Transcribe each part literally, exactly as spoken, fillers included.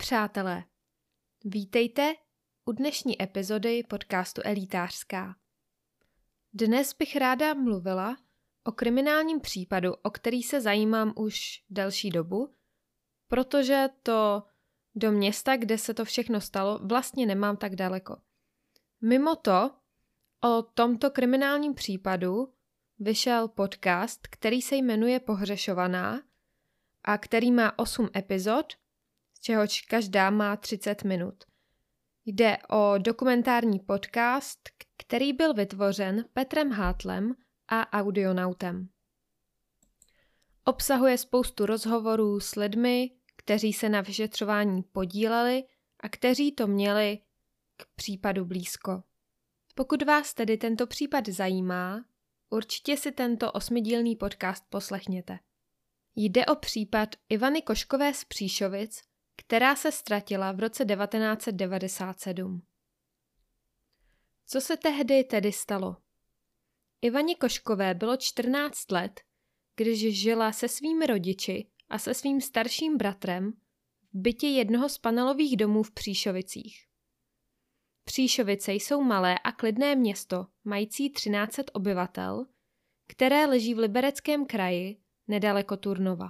přátelé, vítejte u dnešní epizody podcastu Elitářská. Dnes bych ráda mluvila o kriminálním případu, o který se zajímám už delší dobu, protože to do města, kde se to všechno stalo, vlastně nemám tak daleko. Mimo to, o tomto kriminálním případu vyšel podcast, který se jmenuje Pohřešovaná a který má osm epizod, z čehož každá má třicet minut. Jde o dokumentární podcast, který byl vytvořen Petrem Hátlem a Audionautem. Obsahuje spoustu rozhovorů s lidmi, kteří se na vyšetřování podíleli a kteří to měli k případu blízko. Pokud vás tedy tento případ zajímá, určitě si tento osmidílný podcast poslechněte. Jde o případ Ivany Koškové z Příšovic, která se ztratila v roce devatenáct set devadesát sedm. Co se tehdy tedy stalo? Ivaně Koškové bylo čtrnáct let, když žila se svými rodiči a se svým starším bratrem v bytě jednoho z panelových domů v Příšovicích. Příšovice jsou malé a klidné město, mající třináct set obyvatel, které leží v Libereckém kraji, nedaleko Turnova.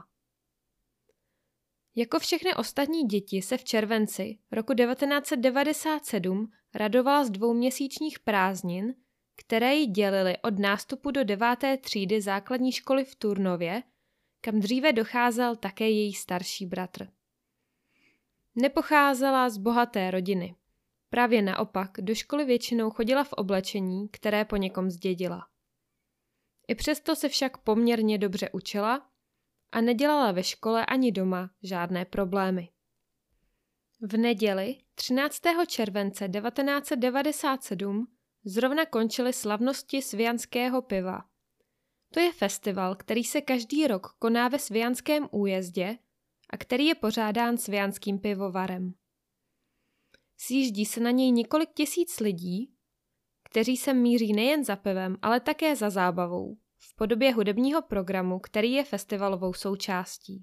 Jako všechny ostatní děti se v červenci roku devatenáct set devadesát sedm radovala z dvouměsíčních prázdnin, které ji dělily od nástupu do deváté třídy základní školy v Turnově, kam dříve docházel také její starší bratr. Nepocházela z bohaté rodiny. Právě naopak, do školy většinou chodila v oblečení, které po někom zdědila. I přesto se však poměrně dobře učila a nedělala ve škole ani doma žádné problémy. V neděli třináctého července devatenáct set devadesát sedm zrovna končily slavnosti Svijanského piva. To je festival, který se každý rok koná ve Svijanském újezdě a který je pořádán Svijanským pivovarem. Sjíždí se na něj několik tisíc lidí, kteří se míří nejen za pivem, ale také za zábavou, v podobě hudebního programu, který je festivalovou součástí.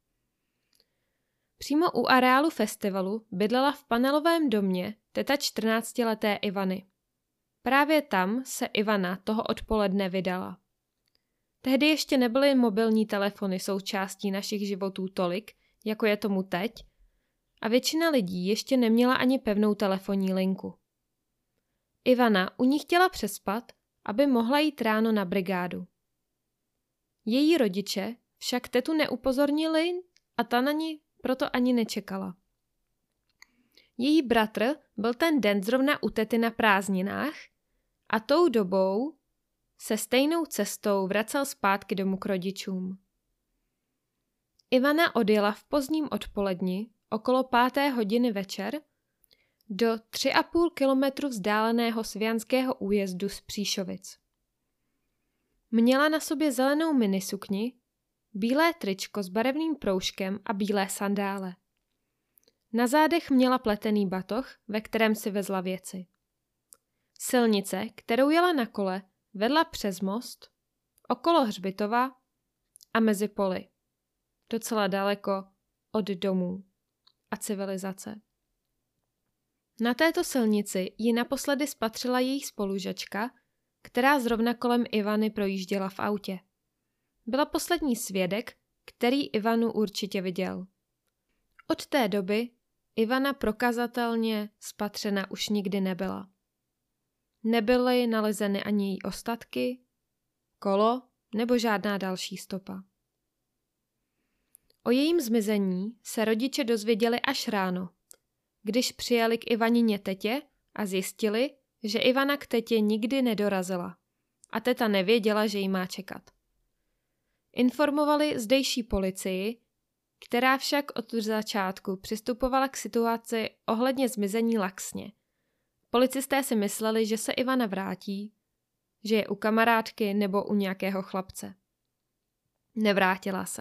Přímo u areálu festivalu bydlela v panelovém domě teta čtrnáctileté Ivany. Právě tam se Ivana toho odpoledne vydala. Tehdy ještě nebyly mobilní telefony součástí našich životů tolik, jako je tomu teď, a většina lidí ještě neměla ani pevnou telefonní linku. Ivana u ní chtěla přespat, aby mohla jít ráno na brigádu. Její rodiče však tetu neupozornili a ta na ní proto ani nečekala. Její bratr byl ten den zrovna u tety na prázdninách a tou dobou se stejnou cestou vracel zpátky domů k rodičům. Ivana odjela v pozdním odpoledni okolo páté hodiny večer do tři a půl kilometru vzdáleného Svijanského újezdu z Příšovic. Měla na sobě zelenou minisukni, bílé tričko s barevným proužkem a bílé sandále. Na zádech měla pletený batoh, ve kterém si vezla věci. Silnice, kterou jela na kole, vedla přes most, okolo hřbitova a mezi poli. Docela daleko od domů a civilizace. Na této silnici ji naposledy spatřila její spolužačka, která zrovna kolem Ivany projížděla v autě. Byla poslední svědek, který Ivanu určitě viděl. Od té doby Ivana prokazatelně spatřena už nikdy nebyla. Nebyly nalezeny ani její ostatky, kolo nebo žádná další stopa. O jejím zmizení se rodiče dozvěděli až ráno, když přijeli k Ivanině tetě a zjistili, že Ivana k tetě nikdy nedorazila a teta nevěděla, že jí má čekat. Informovali zdejší policii, která však od začátku přistupovala k situaci ohledně zmizení laxně. Policisté si mysleli, že se Ivana vrátí, že je u kamarádky nebo u nějakého chlapce. Nevrátila se.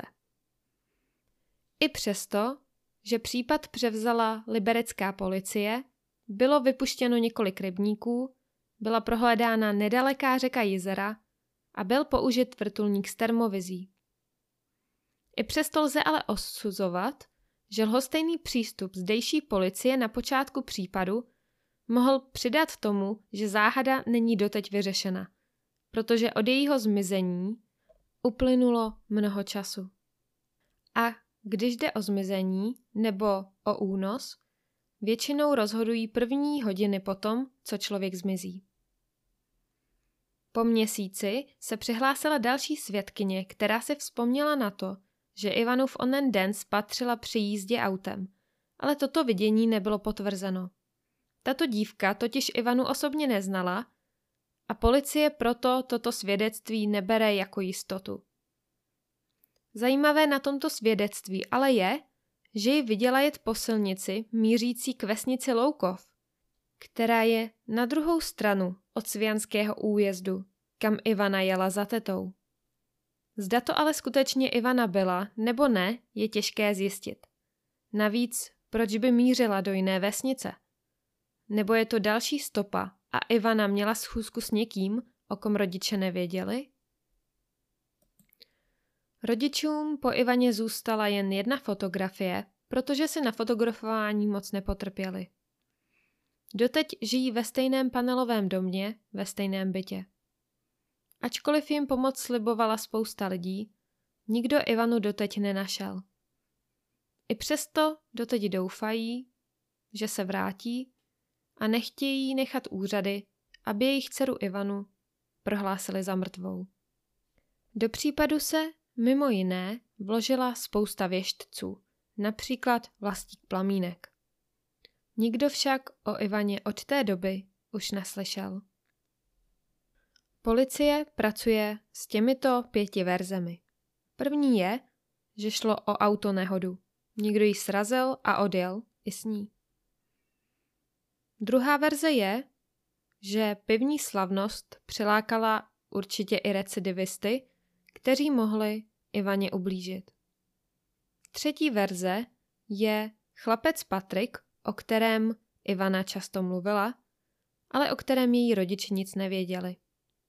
I přesto, že případ převzala liberecká policie, bylo vypuštěno několik rybníků, byla prohledána nedaleká řeka Jizera a byl použit vrtulník s termovizí. I přesto lze ale osuzovat, že lhostejný přístup zdejší policie na počátku případu mohl přidat tomu, že záhada není doteď vyřešena, protože od jejího zmizení uplynulo mnoho času. A když jde o zmizení nebo o únos, většinou rozhodují první hodiny potom, co člověk zmizí. Po měsíci se přihlásila další svědkyně, která si vzpomněla na to, že Ivanův onen den spatřila při jízdě autem, ale toto vidění nebylo potvrzeno. Tato dívka totiž Ivanu osobně neznala a policie proto toto svědectví nebere jako jistotu. Zajímavé na tomto svědectví ale je, že ji viděla jet po silnici mířící k vesnici Loukov, která je na druhou stranu od Svijanského újezdu, kam Ivana jela za tetou. Zda to ale skutečně Ivana byla, nebo ne, je těžké zjistit. Navíc, proč by mířila do jiné vesnice? Nebo je to další stopa a Ivana měla schůzku s někým, o kom rodiče nevěděli? Rodičům po Ivaně zůstala jen jedna fotografie, protože si na fotografování moc nepotrpěli. Doteď žijí ve stejném panelovém domě, ve stejném bytě. Ačkoliv jim pomoc slibovala spousta lidí, nikdo Ivanu doteď nenašel. I přesto doteď doufají, že se vrátí a nechtějí nechat úřady, aby jejich dceru Ivanu prohlásili za mrtvou. Do případu se, mimo jiné, vložila spousta věštců, například Vlastík Plamínek. Nikdo však o Ivaně od té doby už neslyšel. Policie pracuje s těmito pěti verzemi. První je, že šlo o autonehodu. Někdo ji srazil a odjel i s ní. Druhá verze je, že pivní slavnost přilákala určitě i recidivisty, kteří mohli Ivaně ublížit. Třetí verze je chlapec Patrik, o kterém Ivana často mluvila, ale o kterém její rodiče nic nevěděli.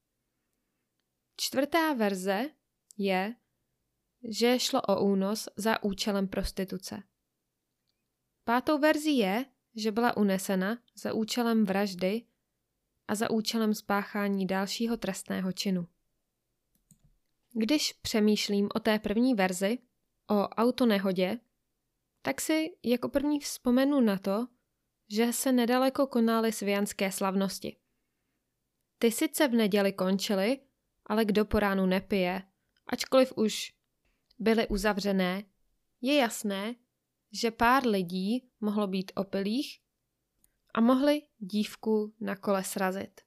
Čtvrtá verze je, že šlo o únos za účelem prostituce. Pátou verzí je, že byla unesena za účelem vraždy a za účelem spáchání dalšího trestného činu. Když přemýšlím o té první verzi, o autonehodě, tak si jako první vzpomenu na to, že se nedaleko konaly svijanské slavnosti. Ty sice v neděli končily, ale kdo po ránu nepije, ačkoliv už byly uzavřené, je jasné, že pár lidí mohlo být opilých a mohli dívku na kole srazit.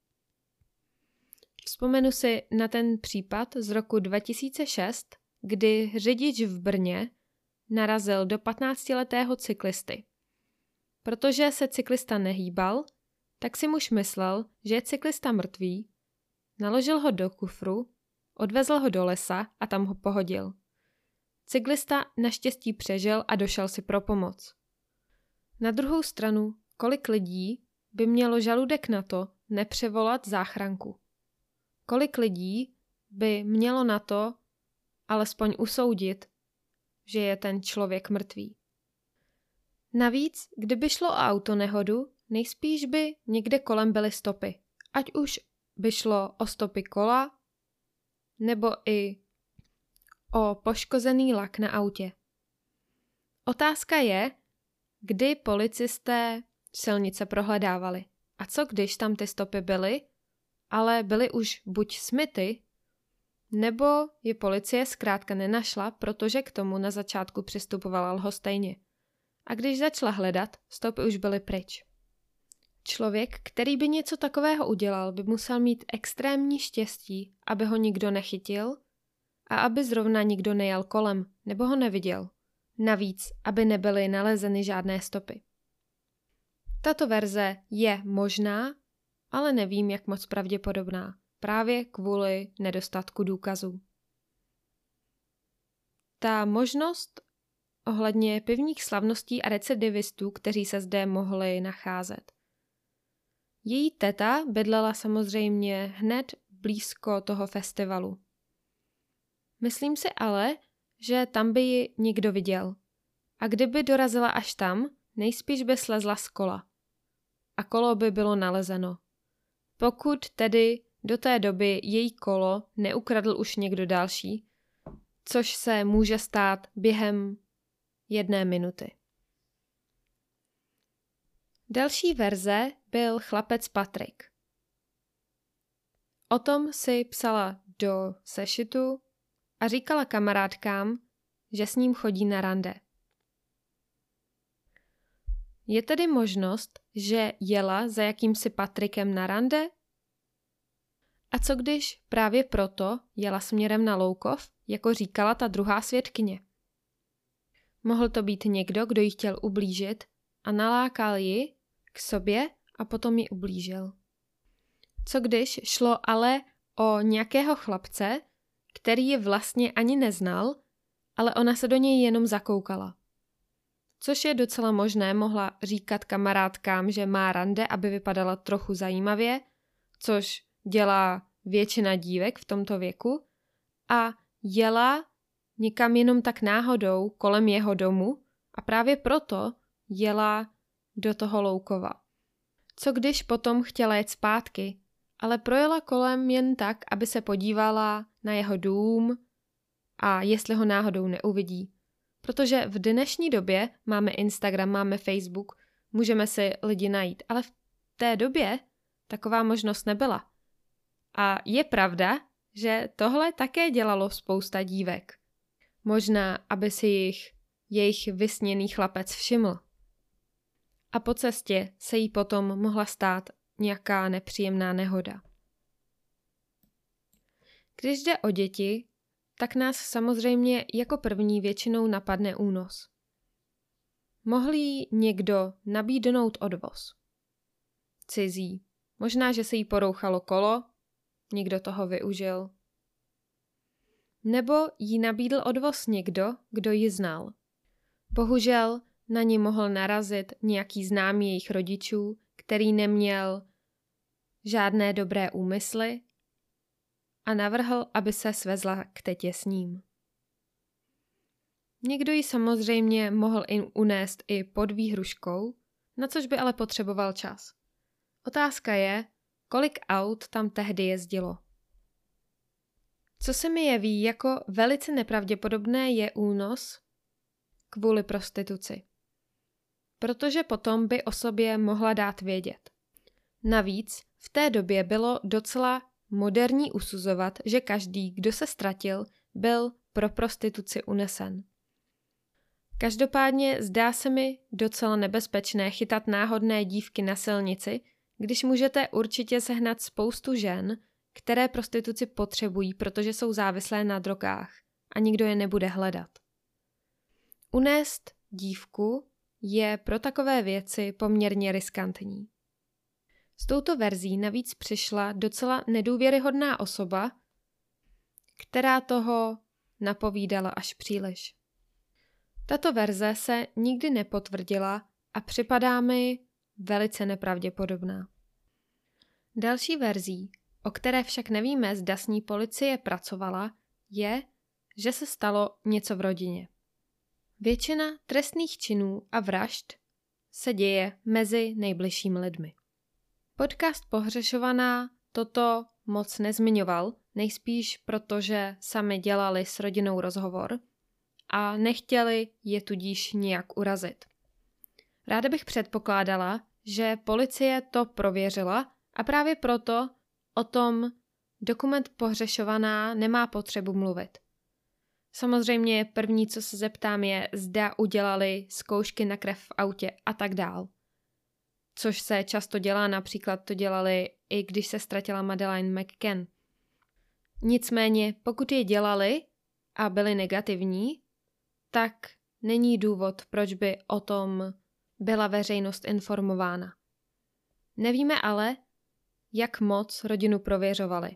Vzpomenu si na ten případ z roku dva tisíce šest, kdy řidič v Brně narazil do patnáctiletého cyklisty. Protože se cyklista nehýbal, tak si muž myslel, že je cyklista mrtvý, naložil ho do kufru, odvezl ho do lesa a tam ho pohodil. Cyklista naštěstí přežil a došel si pro pomoc. Na druhou stranu, kolik lidí by mělo žaludek na to nepřevolat záchranku? Kolik lidí by mělo na to alespoň usoudit, že je ten člověk mrtvý? Navíc, kdyby šlo o autonehodu, nejspíš by někde kolem byly stopy. Ať už by šlo o stopy kola, nebo i o poškozený lak na autě. Otázka je, kdy policisté silnice prohledávali. A co když tam ty stopy byly, ale byly už buď smyty, nebo je policie zkrátka nenašla, protože k tomu na začátku přistupovala lhostejně. A když začala hledat, stopy už byly pryč. Člověk, který by něco takového udělal, by musel mít extrémní štěstí, aby ho nikdo nechytil a aby zrovna nikdo nejel kolem nebo ho neviděl. Navíc, aby nebyly nalezeny žádné stopy. Tato verze je možná, ale nevím, jak moc pravděpodobná, právě kvůli nedostatku důkazů. Ta možnost ohledně pivních slavností a recidivistů, kteří se zde mohli nacházet. Její teta bydlela samozřejmě hned blízko toho festivalu. Myslím si ale, že tam by ji někdo viděl. a kdyby dorazila až tam, nejspíš by slezla z kola. A kolo by bylo nalezeno. Pokud tedy do té doby její kolo neukradl už někdo další, což se může stát během jedné minuty. Další verze byl chlapec Patrick. O tom si psala do sešitu a říkala kamarádkám, že s ním chodí na rande. Je tedy možnost, že jela za jakýmsi Patrickem na rande? A co když právě proto jela směrem na Loukov, jako říkala ta druhá svědkyně? Mohl to být někdo, kdo jí chtěl ublížit a nalákal ji k sobě a potom ji ublížil. Co když šlo ale o nějakého chlapce, který ji vlastně ani neznal, ale ona se do něj jenom zakoukala. Což je docela možné, mohla říkat kamarádkám, že má rande, aby vypadala trochu zajímavě, což dělá většina dívek v tomto věku, a jela někam jenom tak náhodou kolem jeho domu a právě proto jela do toho Loukova. Co když potom chtěla jet zpátky, ale projela kolem jen tak, aby se podívala na jeho dům a jestli ho náhodou neuvidí. Protože v dnešní době máme Instagram, máme Facebook, můžeme si lidi najít, ale v té době taková možnost nebyla. A je pravda, že tohle také dělalo spousta dívek. Možná, aby si jich jejich vysněný chlapec všiml. A po cestě se jí potom mohla stát nějaká nepříjemná nehoda. Když jde o děti, tak nás samozřejmě jako první většinou napadne únos. Mohl jí někdo nabídnout odvoz. Cizí. Možná, že se jí porouchalo kolo, někdo toho využil. Nebo jí nabídl odvoz někdo, kdo ji znal. Bohužel na ní mohl narazit nějaký známý jejich rodičů, který neměl žádné dobré úmysly a navrhl, aby se svezla k tetě s ním. Někdo ji samozřejmě mohl i unést i pod výhruškou, na což by ale potřeboval čas. Otázka je, kolik aut tam tehdy jezdilo. Co se mi jeví jako velice nepravděpodobné je únos kvůli prostituci. Protože potom by o sobě mohla dát vědět. Navíc v té době bylo docela moderní usuzovat, že každý, kdo se ztratil, byl pro prostituci unesen. Každopádně zdá se mi docela nebezpečné chytat náhodné dívky na silnici, když můžete určitě sehnat spoustu žen, které prostituci potřebují, protože jsou závislé na drogách a nikdo je nebude hledat. Unést dívku je pro takové věci poměrně riskantní. S touto verzí navíc přišla docela nedůvěryhodná osoba, která toho napovídala až příliš. Tato verze se nikdy nepotvrdila a připadá mi velice nepravděpodobná. Další verzí, o které však nevíme, zda s ní policie pracovala, je, že se stalo něco v rodině. Většina trestných činů a vražd se děje mezi nejbližšími lidmi. Podcast Pohřešovaná toto moc nezmiňoval, nejspíš protože sami dělali s rodinou rozhovor a nechtěli je tudíž nijak urazit. Ráda bych předpokládala, že policie to prověřila a právě proto o tom dokument Pohřešovaná nemá potřebu mluvit. Samozřejmě první, co se zeptám, je, zda udělali zkoušky na krev v autě a tak dál. Což se často dělá, například to dělali i když se ztratila Madeleine McCann. Nicméně, pokud je dělali a byli negativní, tak není důvod, proč by o tom byla veřejnost informována. Nevíme ale, jak moc rodinu prověřovali.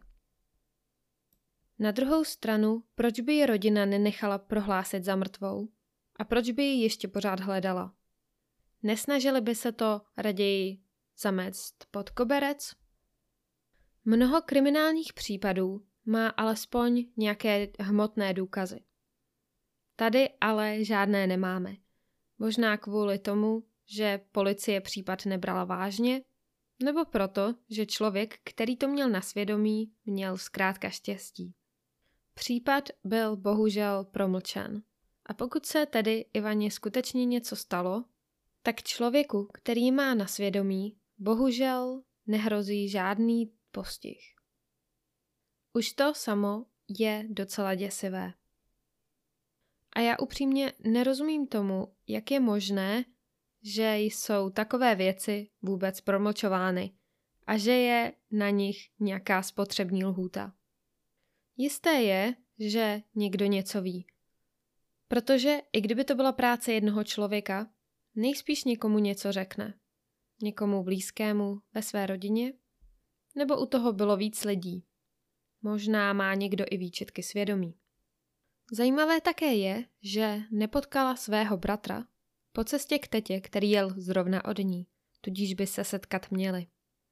Na druhou stranu, proč by ji rodina nenechala prohlásit za mrtvou a proč by ji ještě pořád hledala? Nesnažili by se to raději zamést pod koberec? Mnoho kriminálních případů má alespoň nějaké hmotné důkazy. Tady ale žádné nemáme. Možná kvůli tomu, že policie případ nebrala vážně, nebo proto, že člověk, který to měl na svědomí, měl zkrátka štěstí. Případ byl bohužel promlčen. A pokud se tedy Ivaně skutečně něco stalo, tak člověku, který má na svědomí, bohužel nehrozí žádný postih. Už to samo je docela děsivé. A já upřímně nerozumím tomu, jak je možné, že jsou takové věci vůbec promlčovány a že je na nich nějaká spotřební lhůta. Jisté je, že někdo něco ví. Protože i kdyby to byla práce jednoho člověka, nejspíš někomu něco řekne. Někomu blízkému ve své rodině, nebo u toho bylo víc lidí. Možná má někdo i výčitky svědomí. Zajímavé také je, že nepotkala svého bratra po cestě k tetě, který jel zrovna od ní, tudíž by se setkat měli.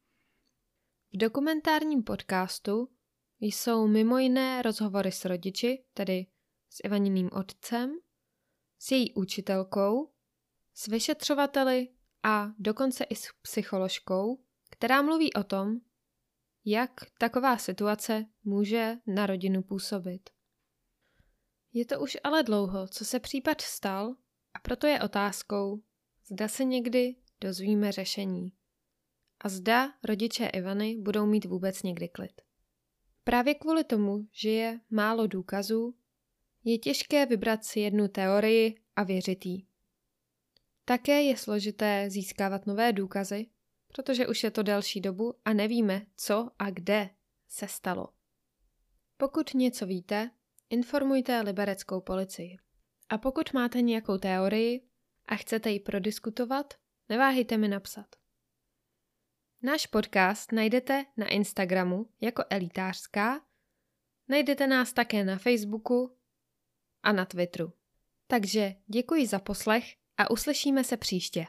V dokumentárním podcastu jsou mimo jiné rozhovory s rodiči, tedy s Ivaniným otcem, s její učitelkou, s vyšetřovateli a dokonce i s psycholožkou, která mluví o tom, jak taková situace může na rodinu působit. Je to už ale dlouho, co se případ stal, a proto je otázkou, zda se někdy dozvíme řešení. A zda rodiče Ivany budou mít vůbec někdy klid. Právě kvůli tomu, že je málo důkazů, je těžké vybrat si jednu teorii a věřit jí. Také je složité získávat nové důkazy, protože už je to delší dobu a nevíme, co a kde se stalo. Pokud něco víte, informujte libereckou policii. A pokud máte nějakou teorii a chcete ji prodiskutovat, neváhejte mi napsat. Náš podcast najdete na Instagramu jako Elitářská, najdete nás také na Facebooku a na Twitteru. Takže děkuji za poslech a uslyšíme se příště.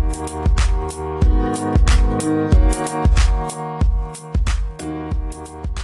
Thank you.